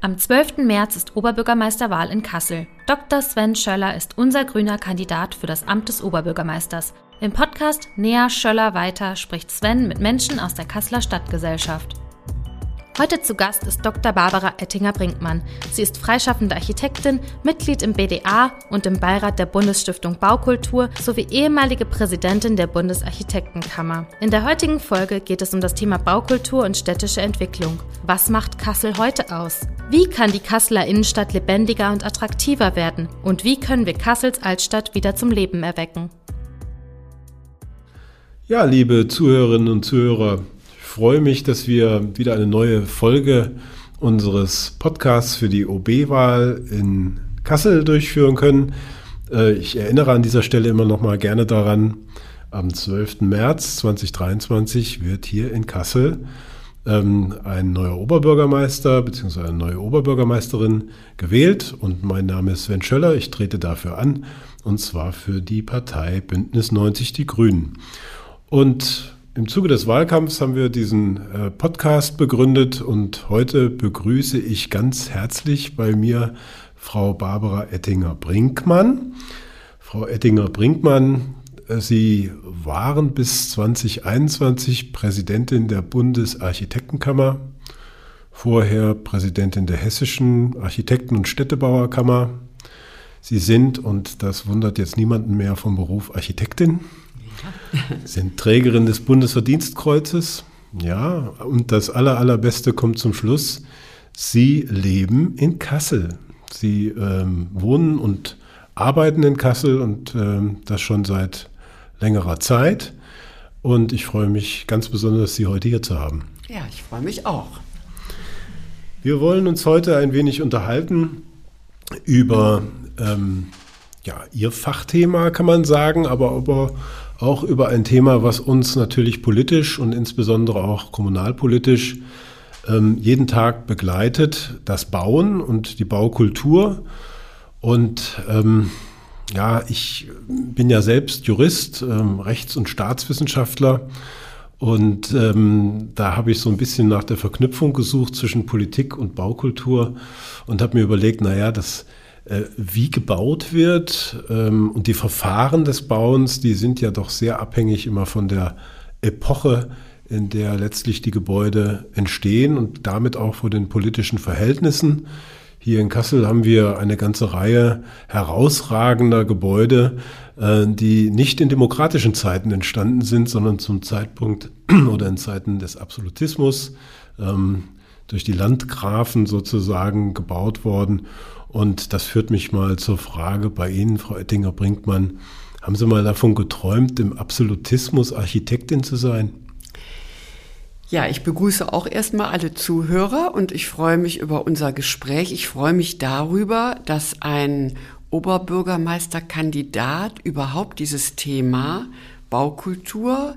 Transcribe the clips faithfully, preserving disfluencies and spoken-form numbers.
Am zwölften März ist Oberbürgermeisterwahl in Kassel. Doktor Sven Schöller ist unser grüner Kandidat für das Amt des Oberbürgermeisters. Im Podcast Näher Schöller weiter spricht Sven mit Menschen aus der Kasseler Stadtgesellschaft. Heute zu Gast ist Doktor Barbara Ettinger-Brinkmann. Sie ist freischaffende Architektin, Mitglied im B D A und im Beirat der Bundesstiftung Baukultur sowie ehemalige Präsidentin der Bundesarchitektenkammer. In der heutigen Folge geht es um das Thema Baukultur und städtische Entwicklung. Was macht Kassel heute aus? Wie kann die Kasseler Innenstadt lebendiger und attraktiver werden? Und wie können wir Kassels Altstadt wieder zum Leben erwecken? Ja, liebe Zuhörerinnen und Zuhörer, ich freue mich, dass wir wieder eine neue Folge unseres Podcasts für die O B-Wahl in Kassel durchführen können. Ich erinnere an dieser Stelle immer noch mal gerne daran, am zwölften März zweitausenddreiundzwanzig wird hier in Kassel ein neuer Oberbürgermeister bzw. eine neue Oberbürgermeisterin gewählt. Und mein Name ist Sven Schöller, ich trete dafür an, und zwar für die Partei Bündnis neunzig Die Grünen. Und im Zuge des Wahlkampfs haben wir diesen äh, Podcast begründet und heute begrüße ich ganz herzlich bei mir Frau Barbara Ettinger-Brinkmann. Frau Ettinger-Brinkmann, äh, Sie waren bis zweitausendeinundzwanzig Präsidentin der Bundesarchitektenkammer, vorher Präsidentin der Hessischen Architekten- und Städtebauerkammer. Sie sind, und das wundert jetzt niemanden mehr, vom Beruf Architektin. Sind Trägerin des Bundesverdienstkreuzes. Ja, und das aller, allerbeste kommt zum Schluss. Sie leben in Kassel. Sie ähm, wohnen und arbeiten in Kassel und ähm, das schon seit längerer Zeit. Und ich freue mich ganz besonders, Sie heute hier zu haben. Ja, ich freue mich auch. Wir wollen uns heute ein wenig unterhalten über ähm, ja, Ihr Fachthema, kann man sagen, aber aber auch über ein Thema, was uns natürlich politisch und insbesondere auch kommunalpolitisch ähm, jeden Tag begleitet, das Bauen und die Baukultur. Und ähm, ja, ich bin ja selbst Jurist, ähm, Rechts- und Staatswissenschaftler, und ähm, da habe ich so ein bisschen nach der Verknüpfung gesucht zwischen Politik und Baukultur und habe mir überlegt, naja, das wie gebaut wird ähm, und die Verfahren des Bauens, die sind ja doch sehr abhängig immer von der Epoche, in der letztlich die Gebäude entstehen und damit auch von den politischen Verhältnissen. Hier in Kassel haben wir eine ganze Reihe herausragender Gebäude, äh, die nicht in demokratischen Zeiten entstanden sind, sondern zum Zeitpunkt oder in Zeiten des Absolutismus ähm, durch die Landgrafen sozusagen gebaut worden. Und das führt mich mal zur Frage bei Ihnen, Frau Ettinger-Brinkmann. Haben Sie mal davon geträumt, im Absolutismus Architektin zu sein? Ja, ich begrüße auch erstmal alle Zuhörer und ich freue mich über unser Gespräch. Ich freue mich darüber, dass ein Oberbürgermeisterkandidat überhaupt dieses Thema Baukultur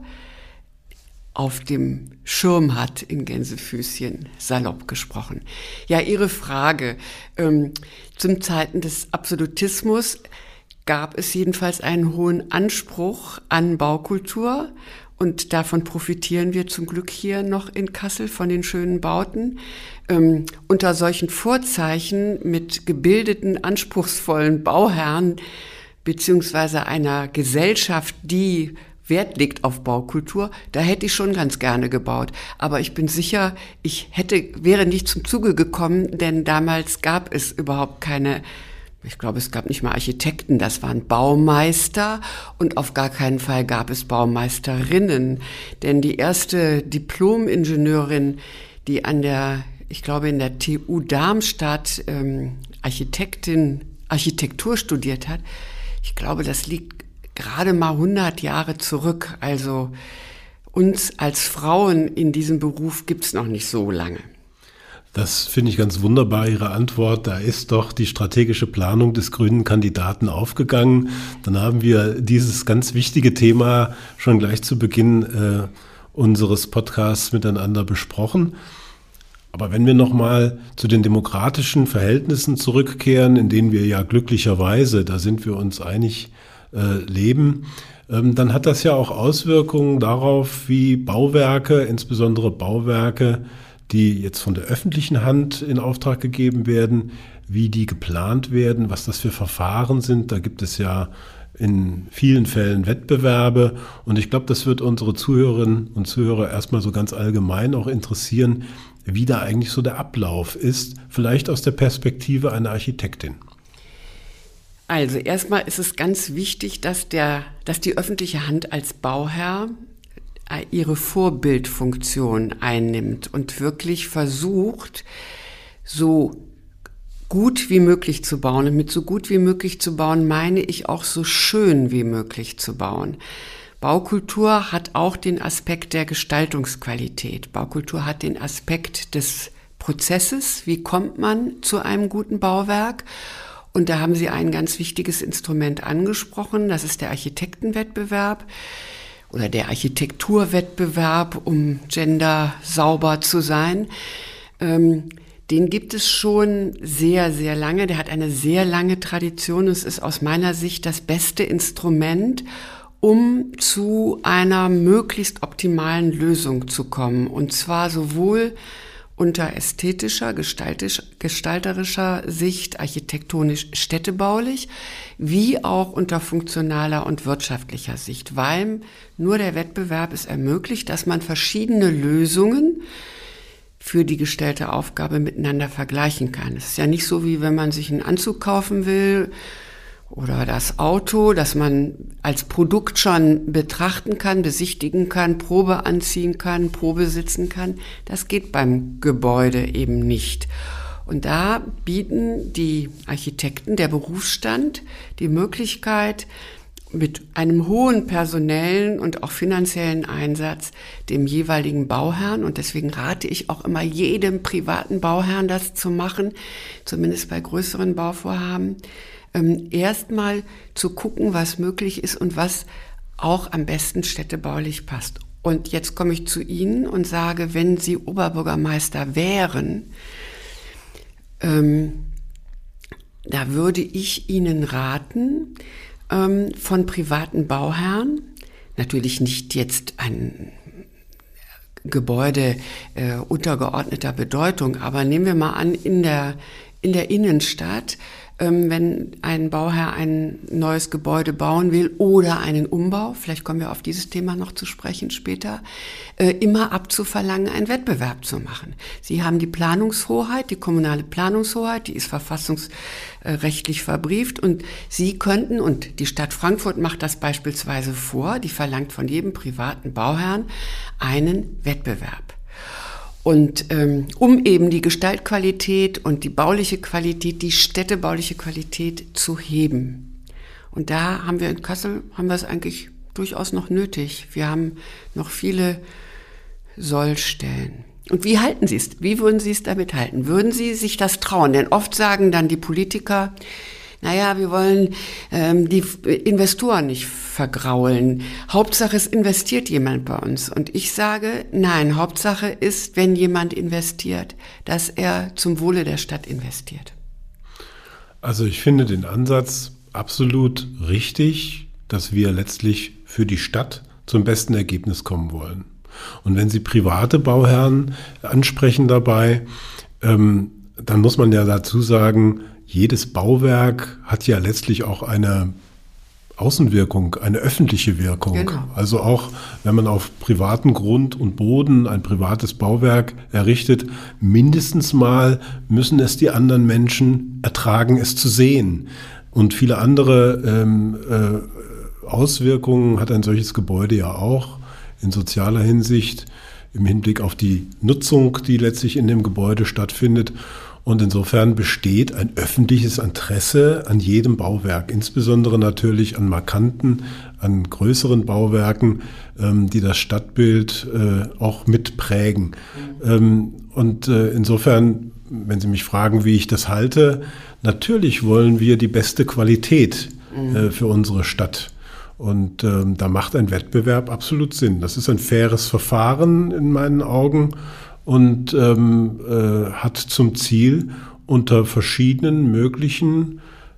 auf dem Schirm hat, in Gänsefüßchen, salopp gesprochen. Ja, Ihre Frage. Ähm, zum Zeiten des Absolutismus gab es jedenfalls einen hohen Anspruch an Baukultur und davon profitieren wir zum Glück hier noch in Kassel von den schönen Bauten. Ähm, unter solchen Vorzeichen mit gebildeten, anspruchsvollen Bauherren beziehungsweise einer Gesellschaft, die Wert legt auf Baukultur, da hätte ich schon ganz gerne gebaut. Aber ich bin sicher, ich hätte, wäre nicht zum Zuge gekommen, denn damals gab es überhaupt keine, ich glaube, es gab nicht mal Architekten, das waren Baumeister und auf gar keinen Fall gab es Baumeisterinnen. Denn die erste Diplom-Ingenieurin, die an der, ich glaube, in der T U Darmstadt ähm, Architektin, Architektur studiert hat, ich glaube, das liegt gerade mal hundert Jahre zurück. Also uns als Frauen in diesem Beruf gibt's noch nicht so lange. Das finde ich ganz wunderbar, Ihre Antwort. Da ist doch die strategische Planung des grünen Kandidaten aufgegangen. Dann haben wir dieses ganz wichtige Thema schon gleich zu Beginn äh, unseres Podcasts miteinander besprochen. Aber wenn wir nochmal zu den demokratischen Verhältnissen zurückkehren, in denen wir ja glücklicherweise, da sind wir uns einig, äh, leben, ähm, dann hat das ja auch Auswirkungen darauf, wie Bauwerke, insbesondere Bauwerke die jetzt von der öffentlichen Hand in Auftrag gegeben werden, wie die geplant werden, was das für Verfahren sind. Da gibt es ja in vielen Fällen Wettbewerbe und ich glaube, das wird unsere Zuhörerinnen und Zuhörer erstmal so ganz allgemein auch interessieren, wie da eigentlich so der Ablauf ist, vielleicht aus der Perspektive einer Architektin. Also erstmal ist es ganz wichtig, dass, der, dass die öffentliche Hand als Bauherr ihre Vorbildfunktion einnimmt und wirklich versucht, so gut wie möglich zu bauen. Und mit so gut wie möglich zu bauen meine ich auch so schön wie möglich zu bauen. Baukultur hat auch den Aspekt der Gestaltungsqualität. Baukultur hat den Aspekt des Prozesses. Wie kommt man zu einem guten Bauwerk? Und da haben Sie ein ganz wichtiges Instrument angesprochen. Das ist der Architektenwettbewerb oder der Architekturwettbewerb, um gender sauber zu sein. Ähm, Den gibt es schon sehr, sehr lange. Der hat eine sehr lange Tradition. Es ist aus meiner Sicht das beste Instrument, um zu einer möglichst optimalen Lösung zu kommen. Und zwar sowohl unter ästhetischer, gestaltisch, gestalterischer Sicht, architektonisch, städtebaulich, wie auch unter funktionaler und wirtschaftlicher Sicht. Weil nur der Wettbewerb es ermöglicht, dass man verschiedene Lösungen für die gestellte Aufgabe miteinander vergleichen kann. Es ist ja nicht so, wie wenn man sich einen Anzug kaufen will oder das Auto, das man als Produkt schon betrachten kann, besichtigen kann, Probe anziehen kann, Probe sitzen kann. Das geht beim Gebäude eben nicht. Und da bieten die Architekten, der Berufsstand, die Möglichkeit, mit einem hohen personellen und auch finanziellen Einsatz dem jeweiligen Bauherrn, und deswegen rate ich auch immer jedem privaten Bauherrn, das zu machen, zumindest bei größeren Bauvorhaben, ähm, erstmal zu gucken, was möglich ist und was auch am besten städtebaulich passt. Und jetzt komme ich zu Ihnen und sage, wenn Sie Oberbürgermeister wären, ähm, da würde ich Ihnen raten, von privaten Bauherren, natürlich nicht jetzt ein Gebäude äh, untergeordneter Bedeutung, aber nehmen wir mal an, in der, in der Innenstadt, ähm, wenn ein Bauherr ein neues Gebäude bauen will oder einen Umbau, vielleicht kommen wir auf dieses Thema noch zu sprechen später, äh, immer abzuverlangen, einen Wettbewerb zu machen. Sie haben die Planungshoheit, die kommunale Planungshoheit, die ist verfassungsrechtlich verbrieft, und Sie könnten, und die Stadt Frankfurt macht das beispielsweise vor, die verlangt von jedem privaten Bauherrn einen Wettbewerb. Und ähm, um eben die Gestaltqualität und die bauliche Qualität, die städtebauliche Qualität zu heben. Und da haben wir in Kassel, haben wir es eigentlich durchaus noch nötig. Wir haben noch viele Sollstellen. Und wie halten Sie es? Wie würden Sie es damit halten? Würden Sie sich das trauen? Denn oft sagen dann die Politiker, naja, wir wollen ähm, die Investoren nicht vergraulen. Hauptsache, es investiert jemand bei uns. Und ich sage, nein, Hauptsache ist, wenn jemand investiert, dass er zum Wohle der Stadt investiert. Also ich finde den Ansatz absolut richtig, dass wir letztlich für die Stadt zum besten Ergebnis kommen wollen. Und wenn Sie private Bauherren ansprechen dabei, ähm, dann muss man ja dazu sagen, jedes Bauwerk hat ja letztlich auch eine Außenwirkung, eine öffentliche Wirkung. Genau. Also auch wenn man auf privaten Grund und Boden ein privates Bauwerk errichtet, mindestens mal müssen es die anderen Menschen ertragen, es zu sehen. Und viele andere ähm, äh, Auswirkungen hat ein solches Gebäude ja auch in sozialer Hinsicht, im Hinblick auf die Nutzung, die letztlich in dem Gebäude stattfindet. Und insofern besteht ein öffentliches Interesse an jedem Bauwerk, insbesondere natürlich an markanten, an größeren Bauwerken, ähm, die das Stadtbild äh, auch mitprägen. Mhm. Ähm, und äh, insofern, wenn Sie mich fragen, wie ich das halte, natürlich wollen wir die beste Qualität mhm. äh, für unsere Stadt. Und ähm, da macht ein Wettbewerb absolut Sinn. Das ist ein faires Verfahren in meinen Augen. Und ähm, äh, hat zum Ziel, unter verschiedenen möglichen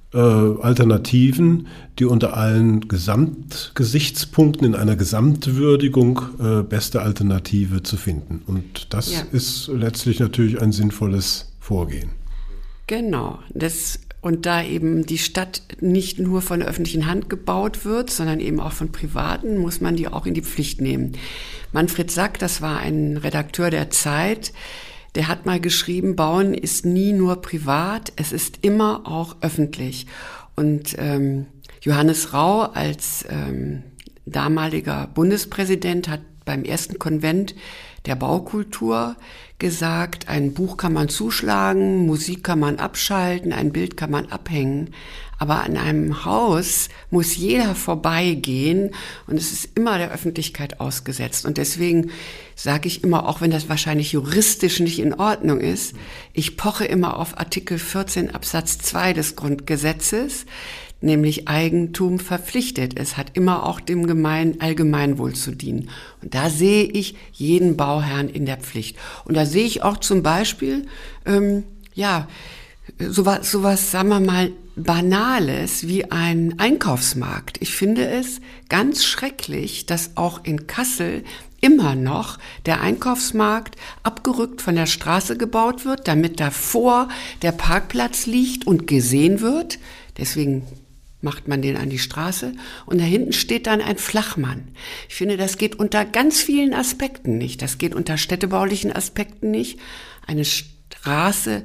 äh, Alternativen, die unter allen Gesamtgesichtspunkten in einer Gesamtwürdigung äh, beste Alternative zu finden. Und das ja. ist letztlich natürlich ein sinnvolles Vorgehen. Genau, das und da eben die Stadt nicht nur von der öffentlichen Hand gebaut wird, sondern eben auch von Privaten, muss man die auch in die Pflicht nehmen. Manfred Sack, das war ein Redakteur der Zeit, der hat mal geschrieben, Bauen ist nie nur privat, es ist immer auch öffentlich. Und ähm, Johannes Rau als ähm, damaliger Bundespräsident hat beim ersten Konvent der Baukultur gesagt, ein Buch kann man zuschlagen, Musik kann man abschalten, ein Bild kann man abhängen, aber an einem Haus muss jeder vorbeigehen und es ist immer der Öffentlichkeit ausgesetzt. Und deswegen sage ich immer, auch wenn das wahrscheinlich juristisch nicht in Ordnung ist, ich poche immer auf Artikel vierzehn Absatz zwei des Grundgesetzes, nämlich Eigentum verpflichtet. Es hat immer auch dem Gemein, Allgemeinwohl zu dienen. Und da sehe ich jeden Bauherrn in der Pflicht. Und da sehe ich auch zum Beispiel, ähm, ja, sowas, sowas, sagen wir mal, Banales wie ein Einkaufsmarkt. Ich finde es ganz schrecklich, dass auch in Kassel immer noch der Einkaufsmarkt abgerückt von der Straße gebaut wird, damit davor der Parkplatz liegt und gesehen wird. Deswegen macht man den an die Straße und da hinten steht dann ein Flachmann. Ich finde, das geht unter ganz vielen Aspekten nicht. Das geht unter städtebaulichen Aspekten nicht. Eine Straße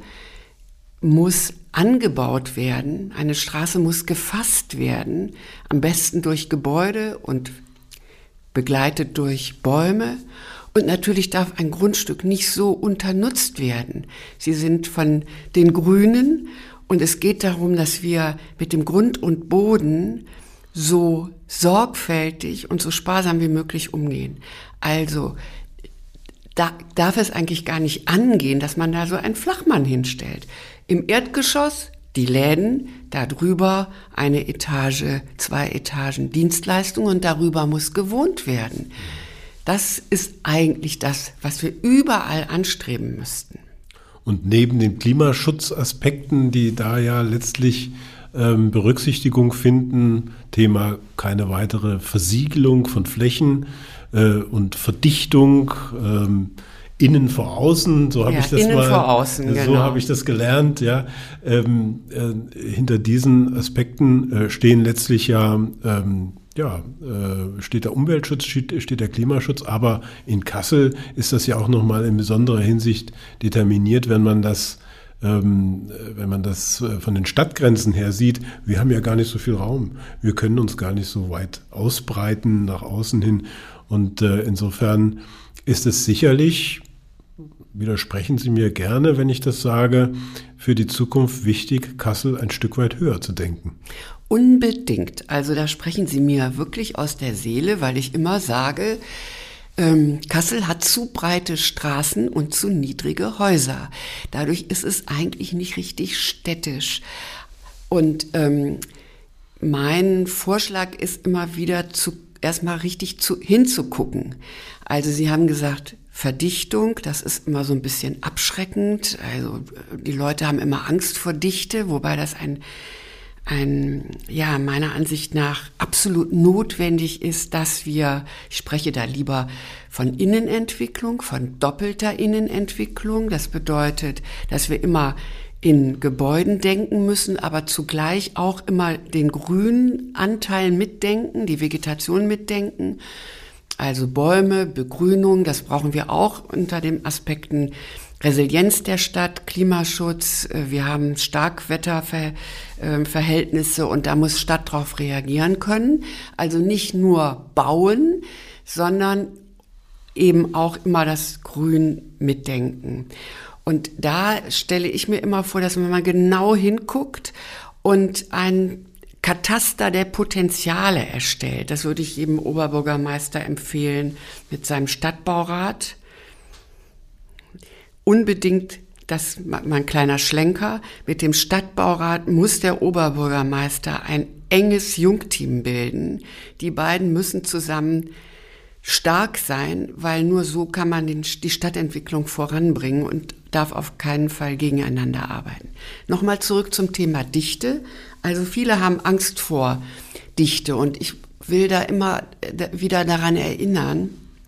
muss angebaut werden, eine Straße muss gefasst werden, am besten durch Gebäude und begleitet durch Bäume. Und natürlich darf ein Grundstück nicht so unternutzt werden. Sie sind von den Grünen. Und es geht darum, dass wir mit dem Grund und Boden so sorgfältig und so sparsam wie möglich umgehen. Also da darf es eigentlich gar nicht angehen, dass man da so einen Flachmann hinstellt. Im Erdgeschoss die Läden, darüber eine Etage, zwei Etagen Dienstleistung und darüber muss gewohnt werden. Das ist eigentlich das, was wir überall anstreben müssten. Und neben den Klimaschutzaspekten, die da ja letztlich ähm, Berücksichtigung finden, Thema keine weitere Versiegelung von Flächen äh, und Verdichtung, ähm, innen vor außen, so habe ja, ich das innen mal, vor außen, so genau. habe ich das gelernt, ja. Ähm, äh, hinter diesen Aspekten äh, stehen letztlich ja ähm, Ja, äh, steht der Umweltschutz, steht, steht der Klimaschutz, aber in Kassel ist das ja auch nochmal in besonderer Hinsicht determiniert, wenn man das, ähm, wenn man das von den Stadtgrenzen her sieht. Wir haben ja gar nicht so viel Raum. Wir können uns gar nicht so weit ausbreiten nach außen hin. Und äh, insofern ist es sicherlich, widersprechen Sie mir gerne, wenn ich das sage, für die Zukunft wichtig, Kassel ein Stück weit höher zu denken. Unbedingt. Also da sprechen Sie mir wirklich aus der Seele, weil ich immer sage, ähm, Kassel hat zu breite Straßen und zu niedrige Häuser. Dadurch ist es eigentlich nicht richtig städtisch. Und ähm, mein Vorschlag ist immer wieder zu erstmal richtig zu, hinzugucken. Also Sie haben gesagt, Verdichtung, das ist immer so ein bisschen abschreckend. Also die Leute haben immer Angst vor Dichte, wobei das ein ein, ja, meiner Ansicht nach absolut notwendig ist, dass wir, ich spreche da lieber von Innenentwicklung, von doppelter Innenentwicklung. Das bedeutet, dass wir immer in Gebäuden denken müssen, aber zugleich auch immer den grünen Anteil mitdenken, die Vegetation mitdenken. Also Bäume, Begrünung, das brauchen wir auch unter den Aspekten Resilienz der Stadt, Klimaschutz, wir haben Starkwetterverhältnisse und da muss Stadt drauf reagieren können. Also nicht nur bauen, sondern eben auch immer das Grün mitdenken. Und da stelle ich mir immer vor, dass man mal genau hinguckt und ein Kataster der Potenziale erstellt. Das würde ich jedem Oberbürgermeister empfehlen mit seinem Stadtbaurat. Unbedingt, das mal ein kleiner Schlenker, mit dem Stadtbaurat muss der Oberbürgermeister ein enges Jungteam bilden. Die beiden müssen zusammen stark sein, weil nur so kann man den, die Stadtentwicklung voranbringen. Und darf auf keinen Fall gegeneinander arbeiten. Nochmal zurück zum Thema Dichte. Also viele haben Angst vor Dichte und ich will da immer wieder daran erinnern,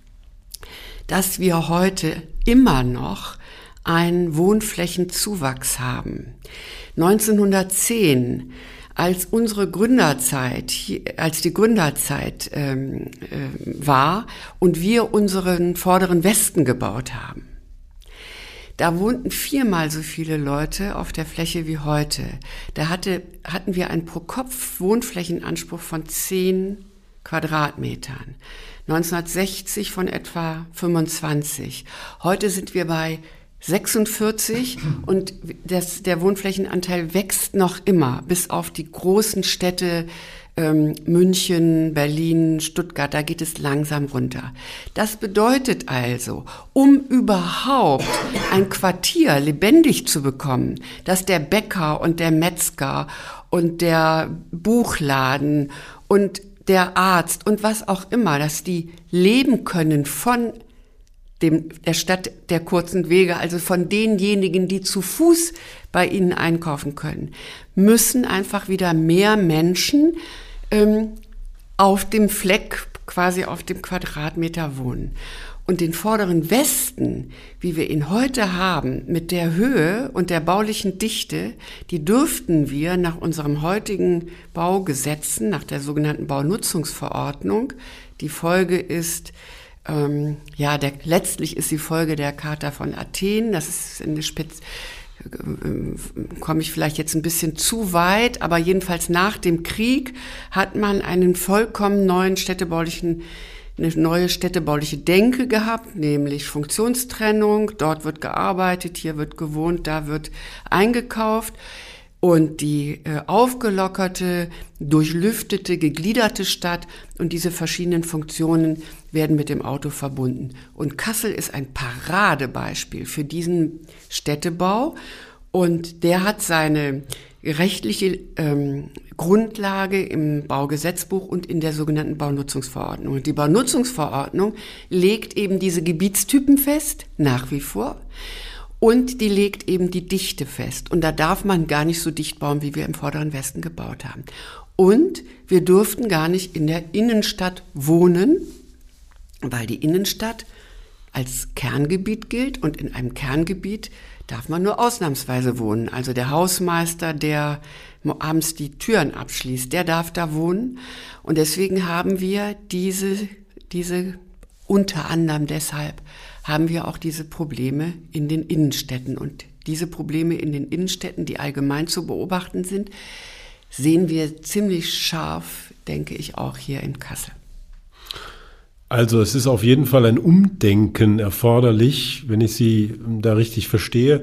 dass wir heute immer noch einen Wohnflächenzuwachs haben. neunzehnhundertzehn, als unsere Gründerzeit, als die Gründerzeit ähm, äh, war und wir unseren vorderen Westen gebaut haben, da wohnten viermal so viele Leute auf der Fläche wie heute. Da hatte, hatten wir einen Pro-Kopf-Wohnflächenanspruch von zehn Quadratmetern. neunzehnhundertsechzig von etwa fünfundzwanzig. Heute sind wir bei sechsundvierzig und das, der Wohnflächenanteil wächst noch immer, bis auf die großen Städte ähm, München, Berlin, Stuttgart, da geht es langsam runter. Das bedeutet also, um überhaupt ein Quartier lebendig zu bekommen, dass der Bäcker und der Metzger und der Buchladen und der Arzt und was auch immer, dass die leben können von dem, der Stadt der kurzen Wege, also von denjenigen, die zu Fuß bei ihnen einkaufen können, müssen einfach wieder mehr Menschen ähm, auf dem Fleck, quasi auf dem Quadratmeter wohnen. Und den vorderen Westen, wie wir ihn heute haben, mit der Höhe und der baulichen Dichte, die dürften wir nach unserem heutigen Baugesetzen, nach der sogenannten Baunutzungsverordnung, die Folge ist, ähm, ja, der, letztlich ist die Folge der Charta von Athen, das ist eine Spitze, komme ich vielleicht jetzt ein bisschen zu weit, aber jedenfalls nach dem Krieg hat man einen vollkommen neuen städtebaulichen, eine neue städtebauliche Denke gehabt, nämlich Funktionstrennung. Dort wird gearbeitet, hier wird gewohnt, da wird eingekauft. Und die äh, aufgelockerte, durchlüftete, gegliederte Stadt und diese verschiedenen Funktionen werden mit dem Auto verbunden. Und Kassel ist ein Paradebeispiel für diesen Städtebau und der hat seine rechtliche ähm, Grundlage im Baugesetzbuch und in der sogenannten Baunutzungsverordnung. Und die Baunutzungsverordnung legt eben diese Gebietstypen fest, nach wie vor. Und die legt eben die Dichte fest. Und da darf man gar nicht so dicht bauen, wie wir im vorderen Westen gebaut haben. Und wir durften gar nicht in der Innenstadt wohnen, weil die Innenstadt als Kerngebiet gilt. Und in einem Kerngebiet darf man nur ausnahmsweise wohnen. Also der Hausmeister, der abends die Türen abschließt, der darf da wohnen. Und deswegen haben wir diese, diese unter anderem deshalb, haben wir auch diese Probleme in den Innenstädten. Und diese Probleme in den Innenstädten, die allgemein zu beobachten sind, sehen wir ziemlich scharf, denke ich, auch hier in Kassel. Also es ist auf jeden Fall ein Umdenken erforderlich, wenn ich Sie da richtig verstehe.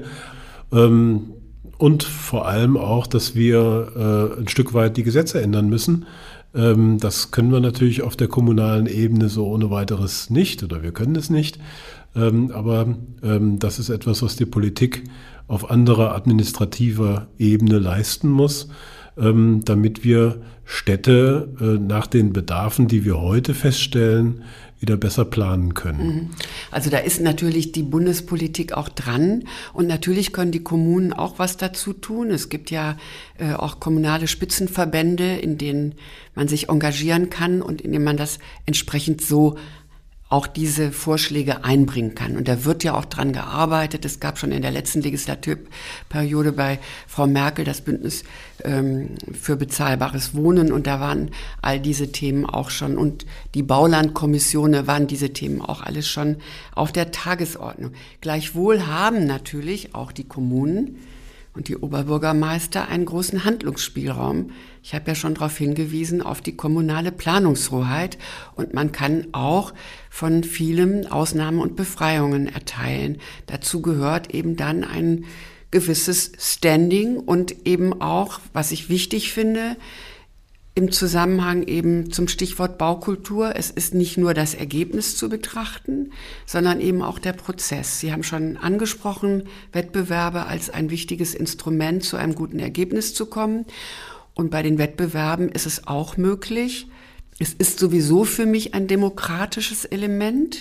Und vor allem auch, dass wir ein Stück weit die Gesetze ändern müssen. Das können wir natürlich auf der kommunalen Ebene so ohne weiteres nicht oder wir können es nicht. Aber das ist etwas, was die Politik auf anderer administrativer Ebene leisten muss, damit wir Städte nach den Bedarfen, die wir heute feststellen, wieder besser planen können. Also da ist natürlich die Bundespolitik auch dran und natürlich können die Kommunen auch was dazu tun. Es gibt ja äh, auch kommunale Spitzenverbände, in denen man sich engagieren kann und in denen man das entsprechend so auch diese Vorschläge einbringen kann. Und da wird ja auch dran gearbeitet. Es gab schon in der letzten Legislaturperiode bei Frau Merkel das Bündnis ähm, für bezahlbares Wohnen. Und da waren all diese Themen auch schon. Und die Baulandkommission waren diese Themen auch alles schon auf der Tagesordnung. Gleichwohl haben natürlich auch die Kommunen und die Oberbürgermeister einen großen Handlungsspielraum. Ich habe ja schon darauf hingewiesen, auf die kommunale Planungshoheit. Und man kann auch von vielen Ausnahmen und Befreiungen erteilen. Dazu gehört eben dann ein gewisses Standing und eben auch, was ich wichtig finde, im Zusammenhang eben zum Stichwort Baukultur. Es ist nicht nur das Ergebnis zu betrachten, sondern eben auch der Prozess. Sie haben schon angesprochen, Wettbewerbe als ein wichtiges Instrument, zu einem guten Ergebnis zu kommen. Und bei den Wettbewerben ist es auch möglich. Es ist sowieso für mich ein demokratisches Element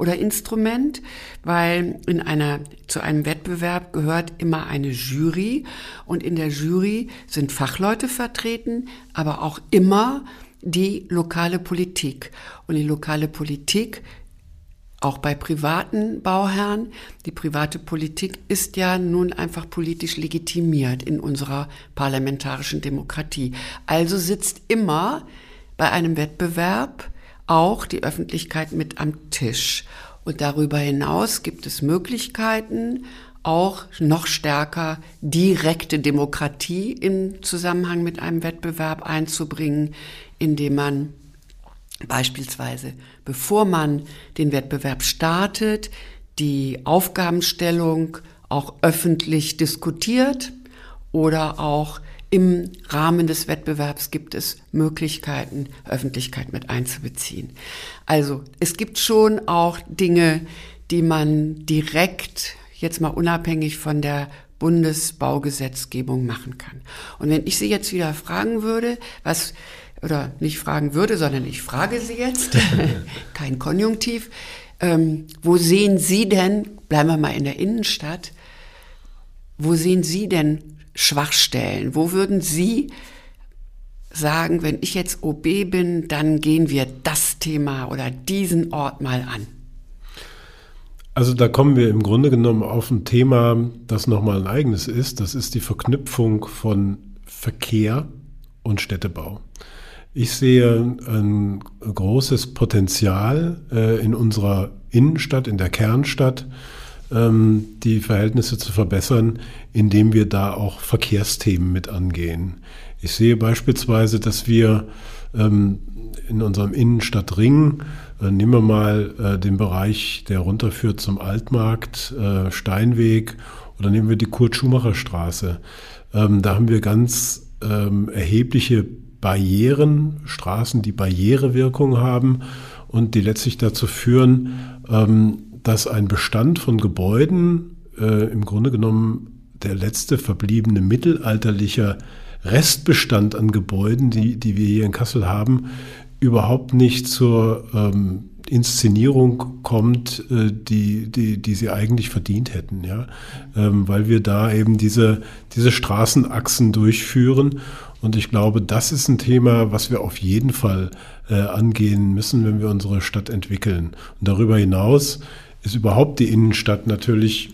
oder Instrument, weil in einer, zu einem Wettbewerb gehört immer eine Jury und in der Jury sind Fachleute vertreten, aber auch immer die lokale Politik. Und die lokale Politik, auch bei privaten Bauherren, die private Politik ist ja nun einfach politisch legitimiert in unserer parlamentarischen Demokratie. Also sitzt immer bei einem Wettbewerb auch die Öffentlichkeit mit am Tisch. Und darüber hinaus gibt es Möglichkeiten, auch noch stärker direkte Demokratie im Zusammenhang mit einem Wettbewerb einzubringen, indem man beispielsweise, bevor man den Wettbewerb startet, die Aufgabenstellung auch öffentlich diskutiert oder auch im Rahmen des Wettbewerbs gibt es Möglichkeiten, Öffentlichkeit mit einzubeziehen. Also es gibt schon auch Dinge, die man direkt, jetzt mal unabhängig von der Bundesbaugesetzgebung machen kann. Und wenn ich Sie jetzt wieder fragen würde, was, oder nicht fragen würde, sondern ich frage Sie jetzt, kein Konjunktiv, ähm, wo sehen Sie denn, bleiben wir mal in der Innenstadt, wo sehen Sie denn Schwachstellen? Wo würden Sie sagen, wenn ich jetzt O B bin, dann gehen wir das Thema oder diesen Ort mal an? Also da kommen wir im Grunde genommen auf ein Thema, das nochmal ein eigenes ist. Das ist die Verknüpfung von Verkehr und Städtebau. Ich sehe ein großes Potenzial äh, in unserer Innenstadt, in der Kernstadt, die Verhältnisse zu verbessern, indem wir da auch Verkehrsthemen mit angehen. Ich sehe beispielsweise, dass wir ähm, in unserem Innenstadtring, äh, nehmen wir mal äh, den Bereich, der runterführt zum Altmarkt, äh, Steinweg, oder nehmen wir die Kurt-Schumacher-Straße. Ähm, da haben wir ganz ähm, erhebliche Barrieren, Straßen, die Barrierewirkung haben und die letztlich dazu führen, ähm, dass ein Bestand von Gebäuden, äh, im Grunde genommen der letzte verbliebene mittelalterliche Restbestand an Gebäuden, die, die wir hier in Kassel haben, überhaupt nicht zur ähm, Inszenierung kommt, äh, die, die, die sie eigentlich verdient hätten, ja? ähm, weil wir da eben diese, diese Straßenachsen durchführen. Und ich glaube, das ist ein Thema, was wir auf jeden Fall äh, angehen müssen, wenn wir unsere Stadt entwickeln. Und darüber hinaus ist überhaupt die Innenstadt natürlich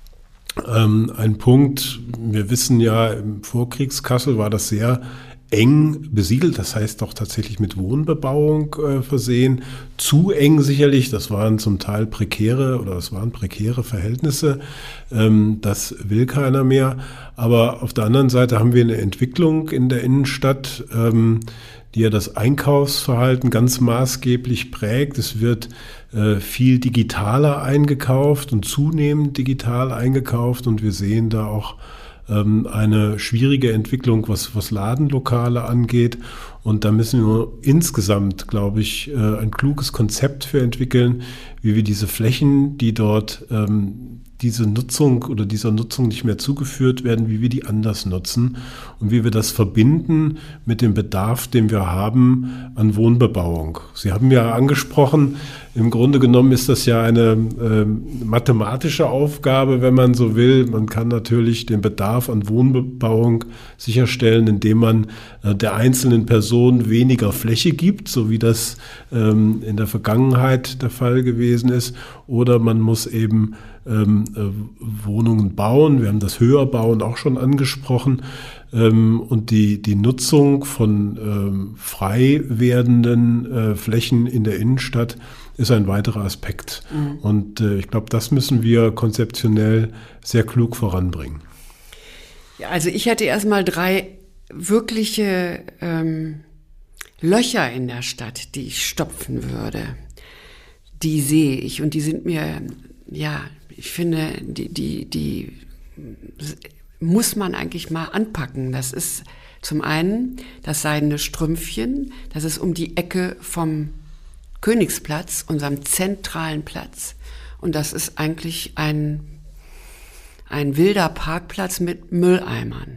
ähm, ein Punkt. Wir wissen ja, im Vorkriegskassel war das sehr eng besiedelt, das heißt doch tatsächlich mit Wohnbebauung äh, versehen. Zu eng sicherlich, das waren zum Teil prekäre oder das waren prekäre Verhältnisse. Ähm, das will keiner mehr. Aber auf der anderen Seite haben wir eine Entwicklung in der Innenstadt, ähm, die ja das Einkaufsverhalten ganz maßgeblich prägt. Es wird äh, viel digitaler eingekauft und zunehmend digital eingekauft und wir sehen da auch ähm, eine schwierige Entwicklung, was, was Ladenlokale angeht. Und da müssen wir insgesamt, glaube ich, äh, ein kluges Konzept für entwickeln, wie wir diese Flächen, die dort ähm, diese Nutzung oder dieser Nutzung nicht mehr zugeführt werden, wie wir die anders nutzen und wie wir das verbinden mit dem Bedarf, den wir haben an Wohnbebauung. Sie haben ja angesprochen, im Grunde genommen ist das ja eine äh, mathematische Aufgabe, wenn man so will. Man kann natürlich den Bedarf an Wohnbebauung sicherstellen, indem man äh, der einzelnen Person weniger Fläche gibt, so wie das ähm, in der Vergangenheit der Fall gewesen ist. Oder man muss eben Ähm, äh, Wohnungen bauen. Wir haben das Höherbauen auch schon angesprochen. Ähm, und die, die Nutzung von ähm, frei werdenden äh, Flächen in der Innenstadt ist ein weiterer Aspekt. Mhm. Und äh, ich glaube, das müssen wir konzeptionell sehr klug voranbringen. Ja, also ich hätte erstmal drei wirkliche ähm, Löcher in der Stadt, die ich stopfen würde. Die sehe ich und die sind mir, ja, ich finde, die, die, die muss man eigentlich mal anpacken. Das ist zum einen das seidene Strümpfchen, das ist um die Ecke vom Königsplatz, unserem zentralen Platz. Und das ist eigentlich ein, ein wilder Parkplatz mit Mülleimern.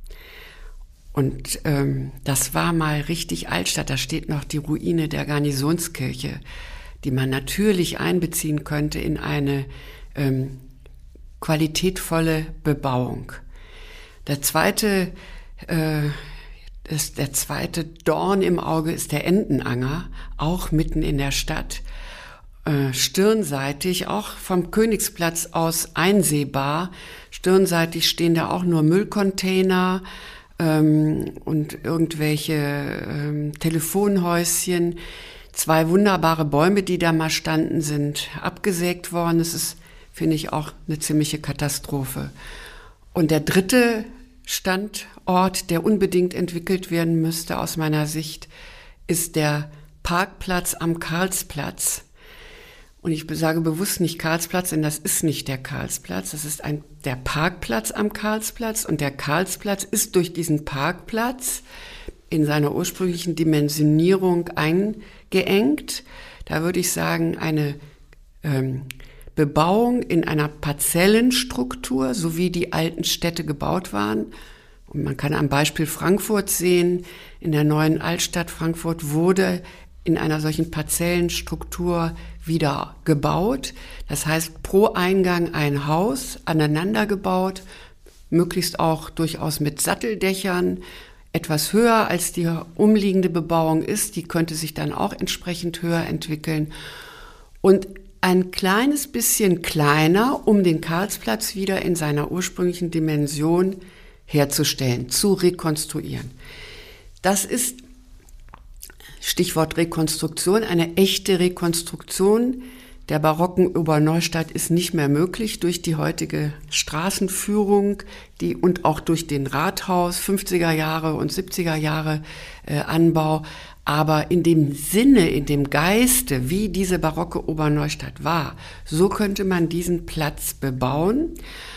Und ähm, das war mal richtig Altstadt, da steht noch die Ruine der Garnisonskirche die man natürlich einbeziehen könnte in eine ähm, qualitätvolle Bebauung. Der zweite, äh, das, der zweite Dorn im Auge ist der Entenanger, auch mitten in der Stadt. Äh, stirnseitig, auch vom Königsplatz aus einsehbar. Stirnseitig stehen da auch nur Müllcontainer ähm, und irgendwelche ähm, Telefonhäuschen. Zwei wunderbare Bäume, die da mal standen, sind abgesägt worden. Das ist, finde ich, auch eine ziemliche Katastrophe. Und der dritte Standort, der unbedingt entwickelt werden müsste aus meiner Sicht, ist der Parkplatz am Karlsplatz. Und ich sage bewusst nicht Karlsplatz, denn das ist nicht der Karlsplatz. Das ist ein, der Parkplatz am Karlsplatz. Und der Karlsplatz ist durch diesen Parkplatz in seiner ursprünglichen Dimensionierung eingeengt. Da würde ich sagen, eine ähm, Bebauung in einer Parzellenstruktur, so wie die alten Städte gebaut waren. Und man kann am Beispiel Frankfurt sehen, in der neuen Altstadt Frankfurt wurde in einer solchen Parzellenstruktur wieder gebaut. Das heißt, pro Eingang ein Haus, aneinander gebaut, möglichst auch durchaus mit Satteldächern, etwas höher als die umliegende Bebauung ist. Die könnte sich dann auch entsprechend höher entwickeln. Und ein kleines bisschen kleiner, um den Karlsplatz wieder in seiner ursprünglichen Dimension herzustellen, zu rekonstruieren. Das ist, Stichwort Rekonstruktion, eine echte Rekonstruktion der barocken Oberneustadt ist nicht mehr möglich durch die heutige Straßenführung die, und auch durch den Rathaus, fünfziger Jahre und siebziger Jahre äh, Anbau. Aber in dem Sinne, in dem Geiste, wie diese barocke Oberneustadt war, so könnte man diesen Platz bebauen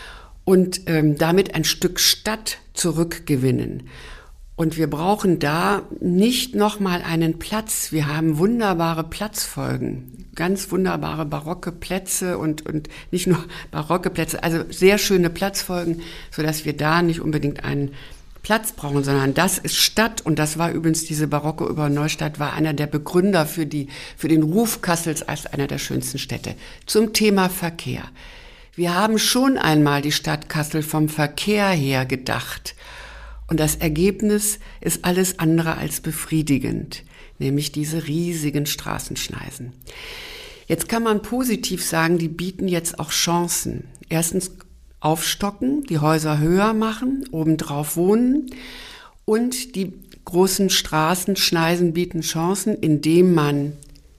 und ähm, damit ein Stück Stadt zurückgewinnen. Und wir brauchen da nicht nochmal einen Platz. Wir haben wunderbare Platzfolgen, ganz wunderbare barocke Plätze und, und nicht nur barocke Plätze, also sehr schöne Platzfolgen, sodass wir da nicht unbedingt einen Platz brauchen, sondern das ist Stadt. Und das war übrigens, diese barocke Oberneustadt war einer der Begründer für die, für den Ruf Kassels als einer der schönsten Städte. Zum Thema Verkehr. Wir haben schon einmal die Stadt Kassel vom Verkehr her gedacht. Und das Ergebnis ist alles andere als befriedigend, nämlich diese riesigen Straßenschneisen. Jetzt kann man positiv sagen, die bieten jetzt auch Chancen. Erstens aufstocken, die Häuser höher machen, obendrauf wohnen und die großen Straßenschneisen bieten Chancen, indem man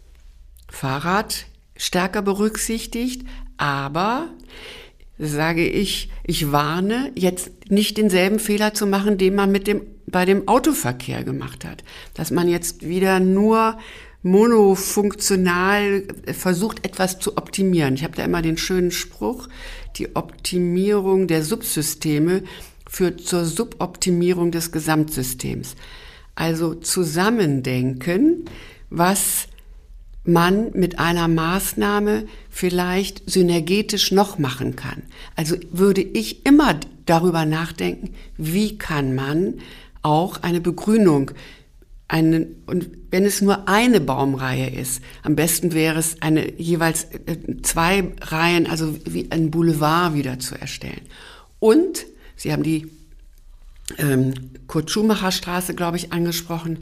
Fahrrad stärker berücksichtigt, aber sage ich, ich warne, jetzt nicht denselben Fehler zu machen, den man mit dem, bei dem Autoverkehr gemacht hat. Dass man jetzt wieder nur monofunktional versucht, etwas zu optimieren. Ich habe da immer den schönen Spruch, die Optimierung der Subsysteme führt zur Suboptimierung des Gesamtsystems. Also zusammendenken, was man mit einer Maßnahme vielleicht synergetisch noch machen kann. Also würde ich immer darüber nachdenken, wie kann man auch eine Begrünung, eine, und wenn es nur eine Baumreihe ist, am besten wäre es, eine jeweils zwei Reihen, also wie ein Boulevard wieder zu erstellen. Und Sie haben die ähm, Kurt-Schumacher-Straße, glaube ich, angesprochen.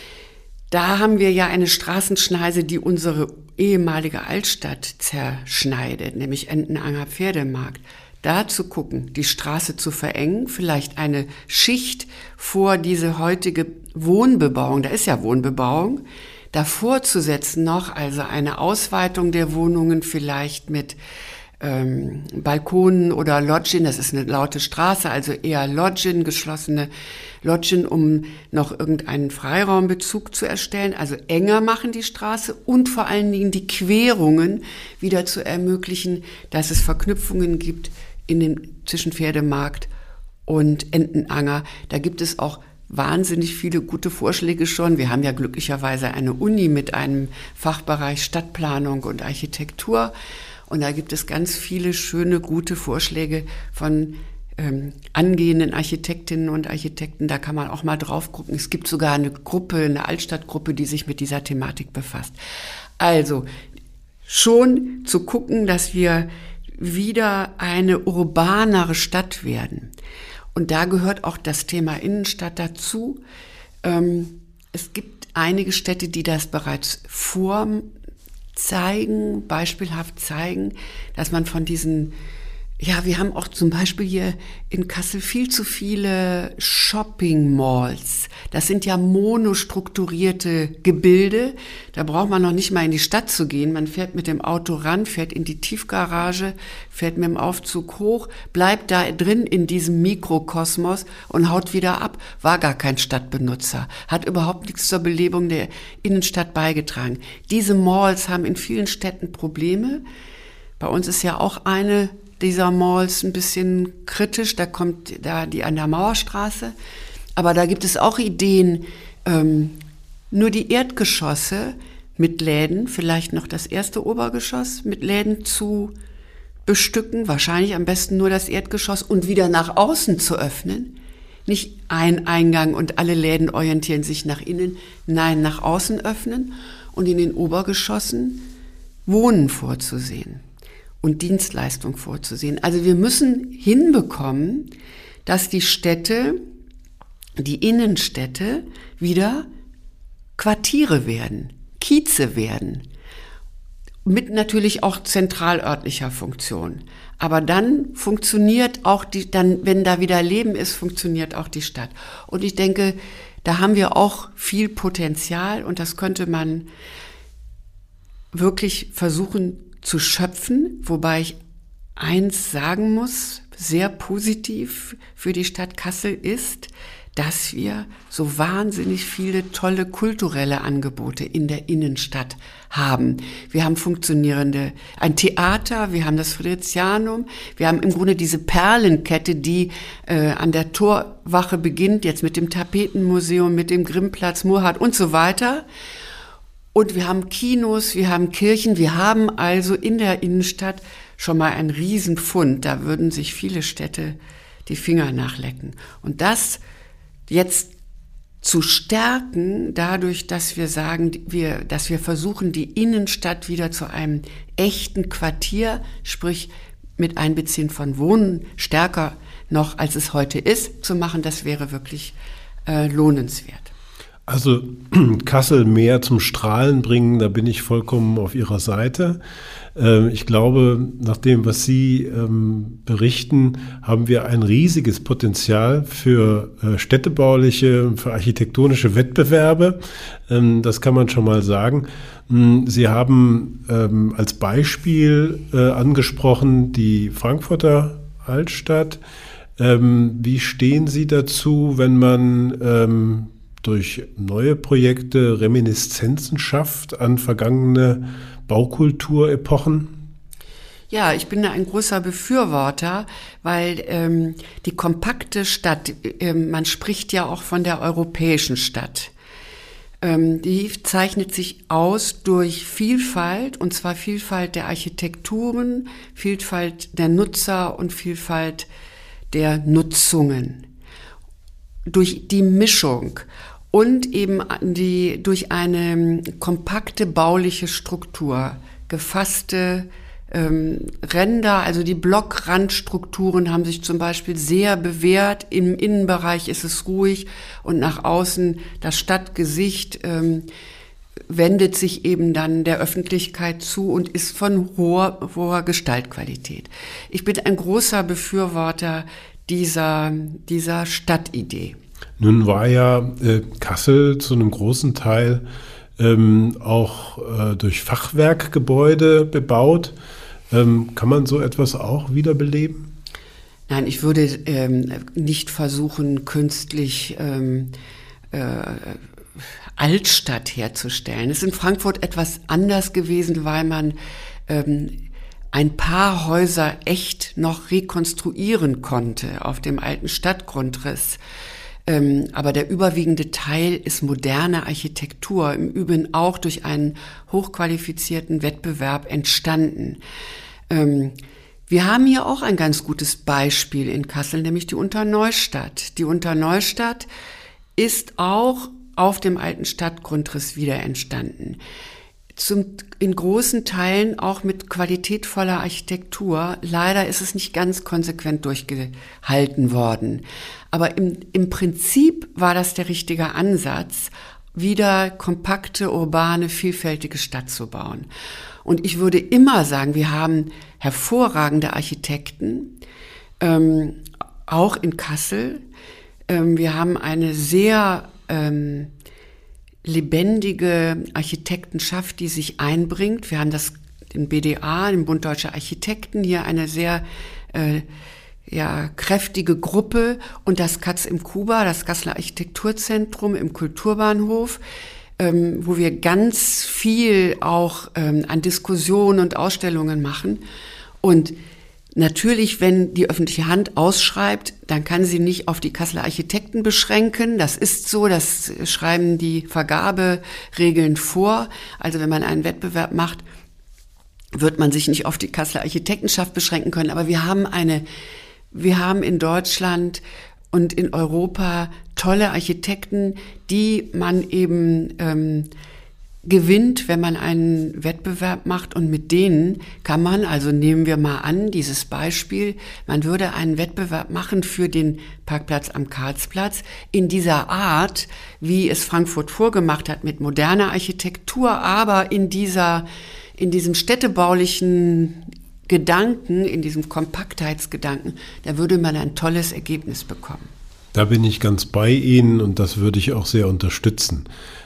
Da haben wir ja eine Straßenschneise, die unsere ehemalige Altstadt zerschneidet, nämlich Entenanger Pferdemarkt. Da zu gucken, die Straße zu verengen, vielleicht eine Schicht vor diese heutige Wohnbebauung, da ist ja Wohnbebauung, davor zu setzen noch, also eine Ausweitung der Wohnungen vielleicht mit ähm, Balkonen oder Loggien, das ist eine laute Straße, also eher Loggien, geschlossene Loggien, um noch irgendeinen Freiraumbezug zu erstellen, also enger machen die Straße und vor allen Dingen die Querungen wieder zu ermöglichen, dass es Verknüpfungen gibt in den zwischen Pferdemarkt und Entenanger. Da gibt es auch wahnsinnig viele gute Vorschläge schon. Wir haben ja glücklicherweise eine Uni mit einem Fachbereich Stadtplanung und Architektur. Und da gibt es ganz viele schöne, gute Vorschläge von ähm, angehenden Architektinnen und Architekten. Da kann man auch mal drauf gucken. Es gibt sogar eine Gruppe, eine Altstadtgruppe, die sich mit dieser Thematik befasst. Also schon zu gucken, dass wir wieder eine urbanere Stadt werden. Und da gehört auch das Thema Innenstadt dazu. Ähm, es gibt einige Städte, die das bereits vorzeigen, beispielhaft zeigen, dass man von diesen, ja, wir haben auch zum Beispiel hier in Kassel viel zu viele Shopping-Malls. Das sind ja monostrukturierte Gebilde. Da braucht man noch nicht mal in die Stadt zu gehen. Man fährt mit dem Auto ran, fährt in die Tiefgarage, fährt mit dem Aufzug hoch, bleibt da drin in diesem Mikrokosmos und haut wieder ab. War gar kein Stadtbenutzer, hat überhaupt nichts zur Belebung der Innenstadt beigetragen. Diese Malls haben in vielen Städten Probleme. Bei uns ist ja auch eine dieser Malls ein bisschen kritisch, da kommt da die an der Mauerstraße, aber da gibt es auch Ideen, ähm, nur die Erdgeschosse mit Läden, vielleicht noch das erste Obergeschoss mit Läden zu bestücken, wahrscheinlich am besten nur das Erdgeschoss und wieder nach außen zu öffnen. Nicht ein Eingang und alle Läden orientieren sich nach innen, nein, nach außen öffnen und in den Obergeschossen Wohnen vorzusehen und Dienstleistung vorzusehen. Also wir müssen hinbekommen, dass die Städte, die Innenstädte wieder Quartiere werden, Kieze werden, mit natürlich auch zentralörtlicher Funktion. Aber dann funktioniert auch die, dann, wenn da wieder Leben ist, funktioniert auch die Stadt. Und ich denke, da haben wir auch viel Potenzial und das könnte man wirklich versuchen zu schöpfen, wobei ich eins sagen muss, sehr positiv für die Stadt Kassel ist, dass wir so wahnsinnig viele tolle kulturelle Angebote in der Innenstadt haben. Wir haben funktionierende, ein Theater, wir haben das Fridericianum, wir haben im Grunde diese Perlenkette, die äh, an der Torwache beginnt, jetzt mit dem Tapetenmuseum, mit dem Grimmplatz, Murrhardt und so weiter. Und wir haben Kinos, wir haben Kirchen, wir haben also in der Innenstadt schon mal einen Riesenfund. Da würden sich viele Städte die Finger nachlecken. Und das jetzt zu stärken, dadurch, dass wir sagen, wir, dass wir versuchen, die Innenstadt wieder zu einem echten Quartier, sprich mit Einbeziehen von Wohnen, stärker noch, als es heute ist, zu machen, das wäre wirklich äh, lohnenswert. Also Kassel mehr zum Strahlen bringen, da bin ich vollkommen auf Ihrer Seite. Ich glaube, nach dem, was Sie berichten, haben wir ein riesiges Potenzial für städtebauliche, für architektonische Wettbewerbe. Das kann man schon mal sagen. Sie haben als Beispiel angesprochen die Frankfurter Altstadt. Wie stehen Sie dazu, wenn man durch neue Projekte Reminiszenzen schafft an vergangene Baukulturepochen? Ja, ich bin da ein großer Befürworter, weil ähm, die kompakte Stadt, äh, man spricht ja auch von der europäischen Stadt, ähm, die zeichnet sich aus durch Vielfalt, und zwar Vielfalt der Architekturen, Vielfalt der Nutzer und Vielfalt der Nutzungen. Durch die Mischung und eben die, durch eine kompakte bauliche Struktur, gefasste ähm, Ränder, also die Blockrandstrukturen haben sich zum Beispiel sehr bewährt. Im Innenbereich ist es ruhig und nach außen das Stadtgesicht ähm, wendet sich eben dann der Öffentlichkeit zu und ist von hoher, hoher Gestaltqualität. Ich bin ein großer Befürworter dieser, dieser Stadtidee. Nun war ja äh, Kassel zu einem großen Teil ähm, auch äh, durch Fachwerkgebäude bebaut. Ähm, kann man so etwas auch wiederbeleben? Nein, ich würde ähm, nicht versuchen, künstlich ähm, äh, Altstadt herzustellen. Es ist in Frankfurt etwas anders gewesen, weil man ähm, ein paar Häuser echt noch rekonstruieren konnte auf dem alten Stadtgrundriss. Ähm, aber der überwiegende Teil ist moderne Architektur, im Übrigen auch durch einen hochqualifizierten Wettbewerb entstanden. Ähm, wir haben hier auch ein ganz gutes Beispiel in Kassel, nämlich die Unterneustadt. Die Unterneustadt ist auch auf dem alten Stadtgrundriss wieder entstanden. zum, in großen Teilen auch mit qualitätvoller Architektur. Leider ist es nicht ganz konsequent durchgehalten worden. Aber im, im Prinzip war das der richtige Ansatz, wieder kompakte, urbane, vielfältige Stadt zu bauen. Und ich würde immer sagen, wir haben hervorragende Architekten, ähm, auch in Kassel. Ähm, wir haben eine sehr ähm, lebendige Architektenschaft, die sich einbringt. Wir haben das, den B D A, den Bund Deutscher Architekten, hier eine sehr äh, ja, kräftige Gruppe und das Katz im Kuba, das Kasseler Architekturzentrum im Kulturbahnhof, ähm, wo wir ganz viel auch ähm, an Diskussionen und Ausstellungen machen. Und natürlich, wenn die öffentliche Hand ausschreibt, dann kann sie nicht auf die Kasseler Architekten beschränken. Das ist so, das schreiben die Vergaberegeln vor. Also wenn man einen Wettbewerb macht, wird man sich nicht auf die Kasseler Architektenschaft beschränken können. Aber wir haben eine, wir haben in Deutschland und in Europa tolle Architekten, die man eben ähm, gewinnt, wenn man einen Wettbewerb macht, und mit denen kann man, also nehmen wir mal an, dieses Beispiel, man würde einen Wettbewerb machen für den Parkplatz am Karlsplatz in dieser Art, wie es Frankfurt vorgemacht hat, mit moderner Architektur, aber in dieser, in diesem städtebaulichen Gedanken, in diesem Kompaktheitsgedanken, da würde man ein tolles Ergebnis bekommen. Da bin ich ganz bei Ihnen und das würde ich auch sehr unterstützen.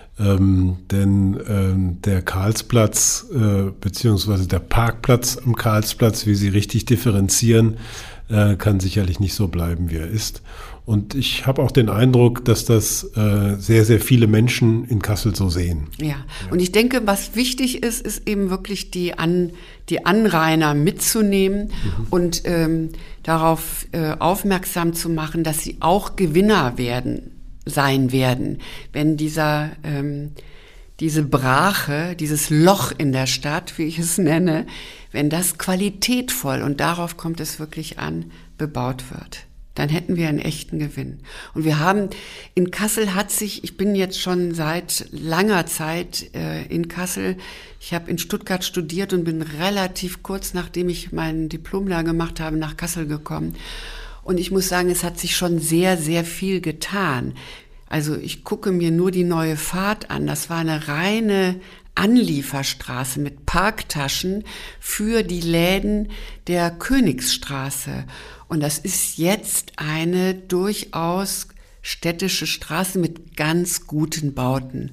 Ähm, denn ähm, der Karlsplatz äh, beziehungsweise der Parkplatz am Karlsplatz, wie Sie richtig differenzieren, äh, kann sicherlich nicht so bleiben, wie er ist. Und ich habe auch den Eindruck, dass das äh, sehr, sehr viele Menschen in Kassel so sehen. Ja. ja, und ich denke, was wichtig ist, ist eben wirklich die, An, die Anrainer mitzunehmen mhm. und ähm, darauf äh, aufmerksam zu machen, dass sie auch Gewinner werden. sein werden, wenn dieser ähm, diese Brache, dieses Loch in der Stadt, wie ich es nenne, wenn das qualitätvoll, und darauf kommt es wirklich an, bebaut wird, dann hätten wir einen echten Gewinn. Und wir haben, in Kassel hat sich, ich bin jetzt schon seit langer Zeit äh, in Kassel, ich habe in Stuttgart studiert und bin relativ kurz, nachdem ich mein Diplom da gemacht habe, nach Kassel gekommen. Und ich muss sagen, es hat sich schon sehr, sehr viel getan. Also ich gucke mir nur die neue Fahrt an. Das war eine reine Anlieferstraße mit Parktaschen für die Läden der Königsstraße. Und das ist jetzt eine durchaus städtische Straße mit ganz guten Bauten.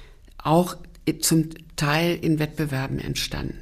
Auch zum Teil in Wettbewerben entstanden.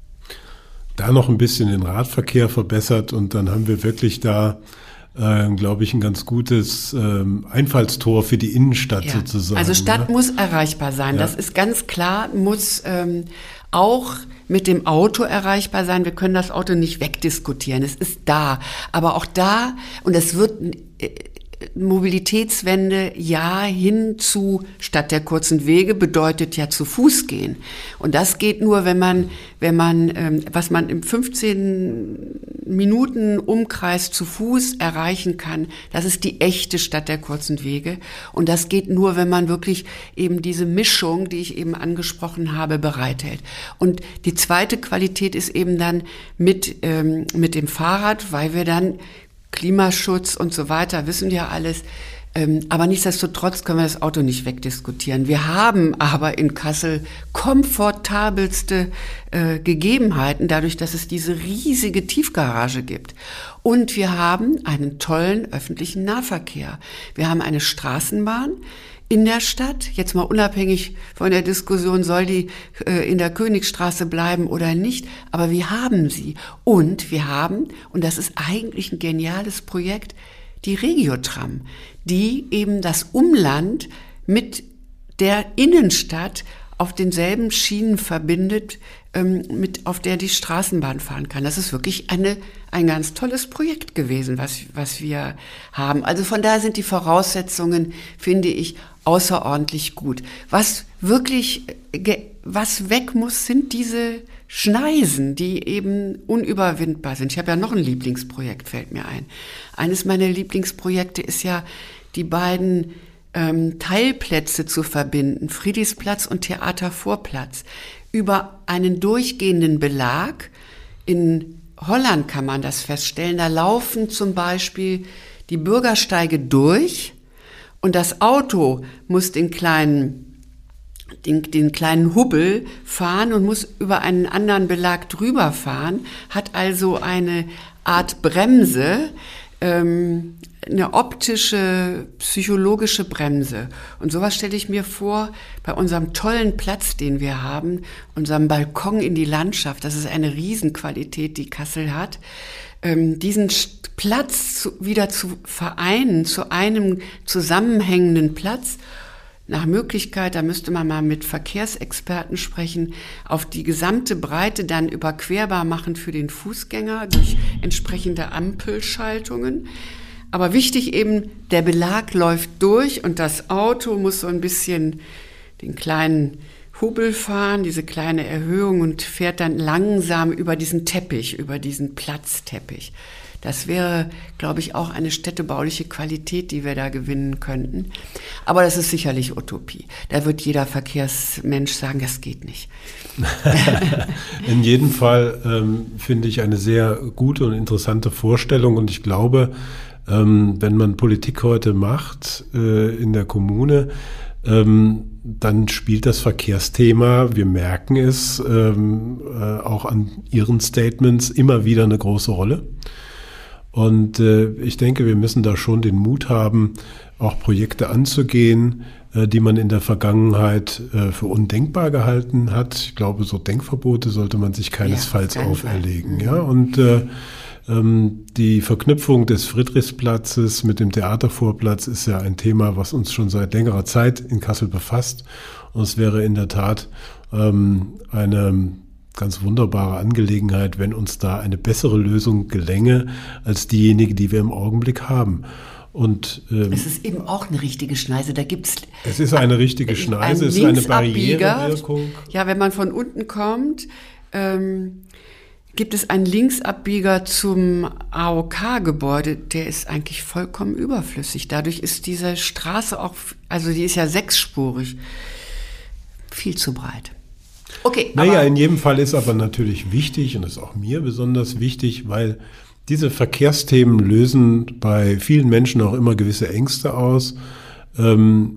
Da noch ein bisschen den Radverkehr verbessert und dann haben wir wirklich da, äh, glaube ich, ein ganz gutes ähm, Einfallstor für die Innenstadt ja. sozusagen. Also Stadt ja? muss erreichbar sein, ja. das ist ganz klar, muss ähm, auch mit dem Auto erreichbar sein. Wir können das Auto nicht wegdiskutieren, es ist da. Aber auch da, und es wird äh, Mobilitätswende, ja, hin zu, statt der kurzen Wege, bedeutet ja zu Fuß gehen. Und das geht nur, wenn man, wenn man, ähm, was man im fünfzehn Minuten Umkreis zu Fuß erreichen kann, das ist die echte Stadt der kurzen Wege. Und das geht nur, wenn man wirklich eben diese Mischung, die ich eben angesprochen habe, bereithält. Und die zweite Qualität ist eben dann mit, ähm, mit dem Fahrrad, weil wir dann Klimaschutz und so weiter, wissen wir ja alles. Ähm, aber nichtsdestotrotz können wir das Auto nicht wegdiskutieren. Wir haben aber in Kassel komfortabelste äh, Gegebenheiten, dadurch, dass es diese riesige Tiefgarage gibt. Und wir haben einen tollen öffentlichen Nahverkehr. Wir haben eine Straßenbahn in der Stadt, jetzt mal unabhängig von der Diskussion, soll die äh, in der Königstraße bleiben oder nicht, aber wir haben sie. Und wir haben, und das ist eigentlich ein geniales Projekt, die Regiotram, die eben das Umland mit der Innenstadt auf denselben Schienen verbindet, ähm, mit, auf der die Straßenbahn fahren kann. Das ist wirklich eine, ein ganz tolles Projekt gewesen, was, was wir haben. Also von daher sind die Voraussetzungen, finde ich, außerordentlich gut. Was wirklich, was weg muss, sind diese Schneisen, die eben unüberwindbar sind. Ich habe ja noch ein Lieblingsprojekt, fällt mir ein. Eines meiner Lieblingsprojekte ist ja, die beiden ähm, Teilplätze zu verbinden, Friedrichsplatz und Theatervorplatz. über einen durchgehenden Belag. In Holland kann man das feststellen. Da laufen zum Beispiel die Bürgersteige durch und das Auto muss den kleinen, den, den kleinen Hubbel fahren und muss über einen anderen Belag drüber fahren, hat also eine Art Bremse, ähm, eine optische, psychologische Bremse. Und sowas stelle ich mir vor bei unserem tollen Platz, den wir haben, unserem Balkon in die Landschaft. Das ist eine Riesenqualität, die Kassel hat. Ähm, diesen Platz zu, wieder zu vereinen, zu einem zusammenhängenden Platz, nach Möglichkeit, da müsste man mal mit Verkehrsexperten sprechen, auf die gesamte Breite dann überquerbar machen für den Fußgänger durch entsprechende Ampelschaltungen. Aber wichtig eben, der Belag läuft durch und das Auto muss so ein bisschen den kleinen Hubbel fahren, diese kleine Erhöhung und fährt dann langsam über diesen Teppich, über diesen Platzteppich. Das wäre, glaube ich, auch eine städtebauliche Qualität, die wir da gewinnen könnten. Aber das ist sicherlich Utopie. Da wird jeder Verkehrsmensch sagen, das geht nicht. In jedem Fall ähm, finde ich eine sehr gute und interessante Vorstellung. Und ich glaube, ähm, wenn man Politik heute macht äh, in der Kommune, ähm, dann spielt das Verkehrsthema, wir merken es ähm, äh, auch an Ihren Statements, immer wieder eine große Rolle. Und äh, ich denke, wir müssen da schon den Mut haben, auch Projekte anzugehen, äh, die man in der Vergangenheit äh, für undenkbar gehalten hat. Ich glaube, so Denkverbote sollte man sich keinesfalls ja, auferlegen. Mhm. Ja? Und äh, ähm, die Verknüpfung des Friedrichsplatzes mit dem Theatervorplatz ist ja ein Thema, was uns schon seit längerer Zeit in Kassel befasst. Und es wäre in der Tat ähm, eine ganz wunderbare Angelegenheit, wenn uns da eine bessere Lösung gelänge als diejenige, die wir im Augenblick haben. Und ähm, es ist eben auch eine richtige Schneise. Da gibt's es ist eine richtige Schneise, es ist eine Barrierewirkung. Ja, wenn man von unten kommt, ähm, gibt es einen Linksabbieger zum A O K-Gebäude, der ist eigentlich vollkommen überflüssig. Dadurch ist diese Straße auch, also die ist ja sechsspurig, viel zu breit. Okay, naja, in jedem Fall ist aber natürlich wichtig, und das ist auch mir besonders wichtig, weil diese Verkehrsthemen lösen bei vielen Menschen auch immer gewisse Ängste aus. Ähm,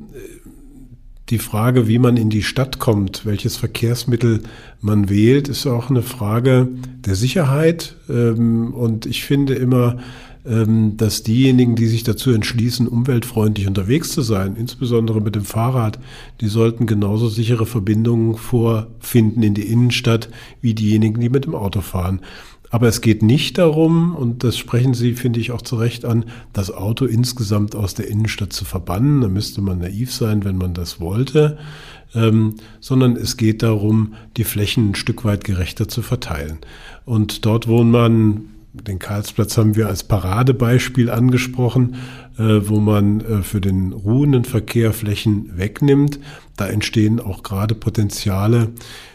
die Frage, wie man in die Stadt kommt, welches Verkehrsmittel man wählt, ist auch eine Frage der Sicherheit. Ähm, und ich finde immer, ähm, dass diejenigen, die sich dazu entschließen, umweltfreundlich unterwegs zu sein, insbesondere mit dem Fahrrad, die sollten genauso sichere Verbindungen vorfinden in die Innenstadt wie diejenigen, die mit dem Auto fahren. Aber es geht nicht darum, und das sprechen Sie, finde ich, auch zu Recht an, das Auto insgesamt aus der Innenstadt zu verbannen. Da müsste man naiv sein, wenn man das wollte. Ähm, sondern es geht darum, die Flächen ein Stück weit gerechter zu verteilen. Und dort, wo man, den Karlsplatz haben wir als Paradebeispiel angesprochen, äh, wo man äh, für den ruhenden Verkehr Flächen wegnimmt, da entstehen auch gerade Potenziale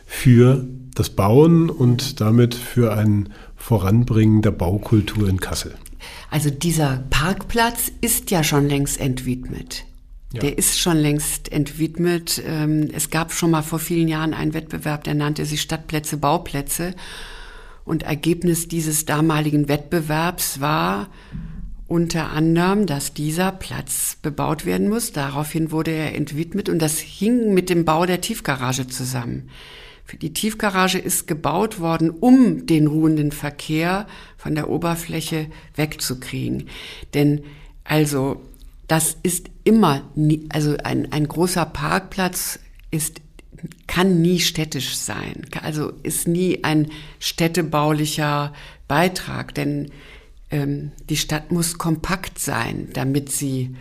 für das Bauen und damit für ein Voranbringen der Baukultur in Kassel. Also dieser Parkplatz ist ja schon längst entwidmet. Ja. Der ist schon längst entwidmet. Es gab schon mal vor vielen Jahren einen Wettbewerb, der nannte sich Stadtplätze, Bauplätze. Und Ergebnis dieses damaligen Wettbewerbs war unter anderem, dass dieser Platz bebaut werden muss. Daraufhin wurde er entwidmet und das hing mit dem Bau der Tiefgarage zusammen. Die Tiefgarage ist gebaut worden, um den ruhenden Verkehr von der Oberfläche wegzukriegen. Denn also das ist immer, nie, also ein, ein großer Parkplatz ist, kann nie städtisch sein. Also ist nie ein städtebaulicher Beitrag, denn ähm, die Stadt muss kompakt sein, damit sie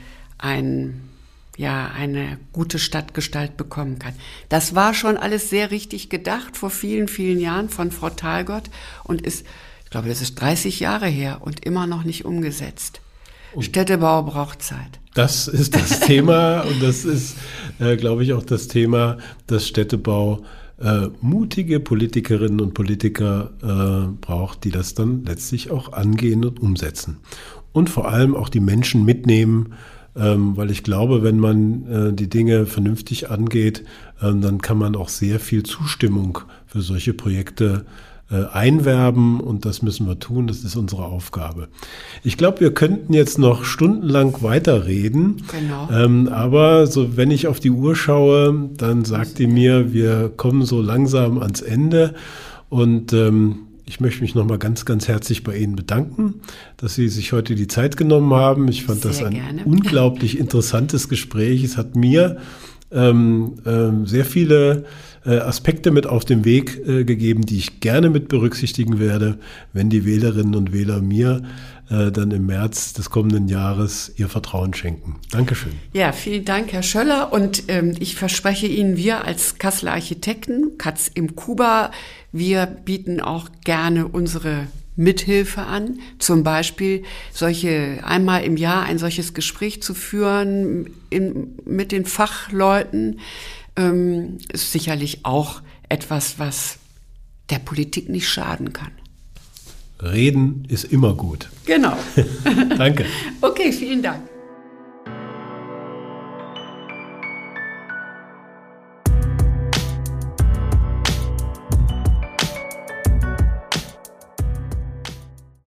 ein ja, eine gute Stadtgestalt bekommen kann. Das war schon alles sehr richtig gedacht vor vielen, vielen Jahren von Frau Thalgott und ist, ich glaube, das ist dreißig Jahre her und immer noch nicht umgesetzt. Und Städtebau braucht Zeit. Das ist das Thema und das ist, äh, glaube ich, auch das Thema, dass Städtebau äh, mutige Politikerinnen und Politiker äh, braucht, die das dann letztlich auch angehen und umsetzen. Und vor allem auch die Menschen mitnehmen, ähm, weil ich glaube, wenn man äh, die Dinge vernünftig angeht, ähm, dann kann man auch sehr viel Zustimmung für solche Projekte äh, einwerben und das müssen wir tun, das ist unsere Aufgabe. Ich glaube, wir könnten jetzt noch stundenlang weiterreden, genau. ähm, aber so, wenn ich auf die Uhr schaue, dann sagt die mir, wir kommen so langsam ans Ende und ähm, ich möchte mich nochmal ganz, ganz herzlich bei Ihnen bedanken, dass Sie sich heute die Zeit genommen haben. Ich fand sehr das ein gerne. unglaublich interessantes Gespräch. Es hat mir ähm, ähm, sehr viele äh, Aspekte mit auf den Weg äh, gegeben, die ich gerne mit berücksichtigen werde, wenn die Wählerinnen und Wähler mir äh, dann im März des kommenden Jahres ihr Vertrauen schenken. Dankeschön. Ja, vielen Dank, Herr Schöller. Und ähm, ich verspreche Ihnen, wir als Kasseler Architekten, Katz im Kuba, wir bieten auch gerne unsere Mithilfe an, zum Beispiel solche einmal im Jahr ein solches Gespräch zu führen in, mit den Fachleuten, ähm, ist sicherlich auch etwas, was der Politik nicht schaden kann. Reden ist immer gut. Genau. Danke. Okay, vielen Dank.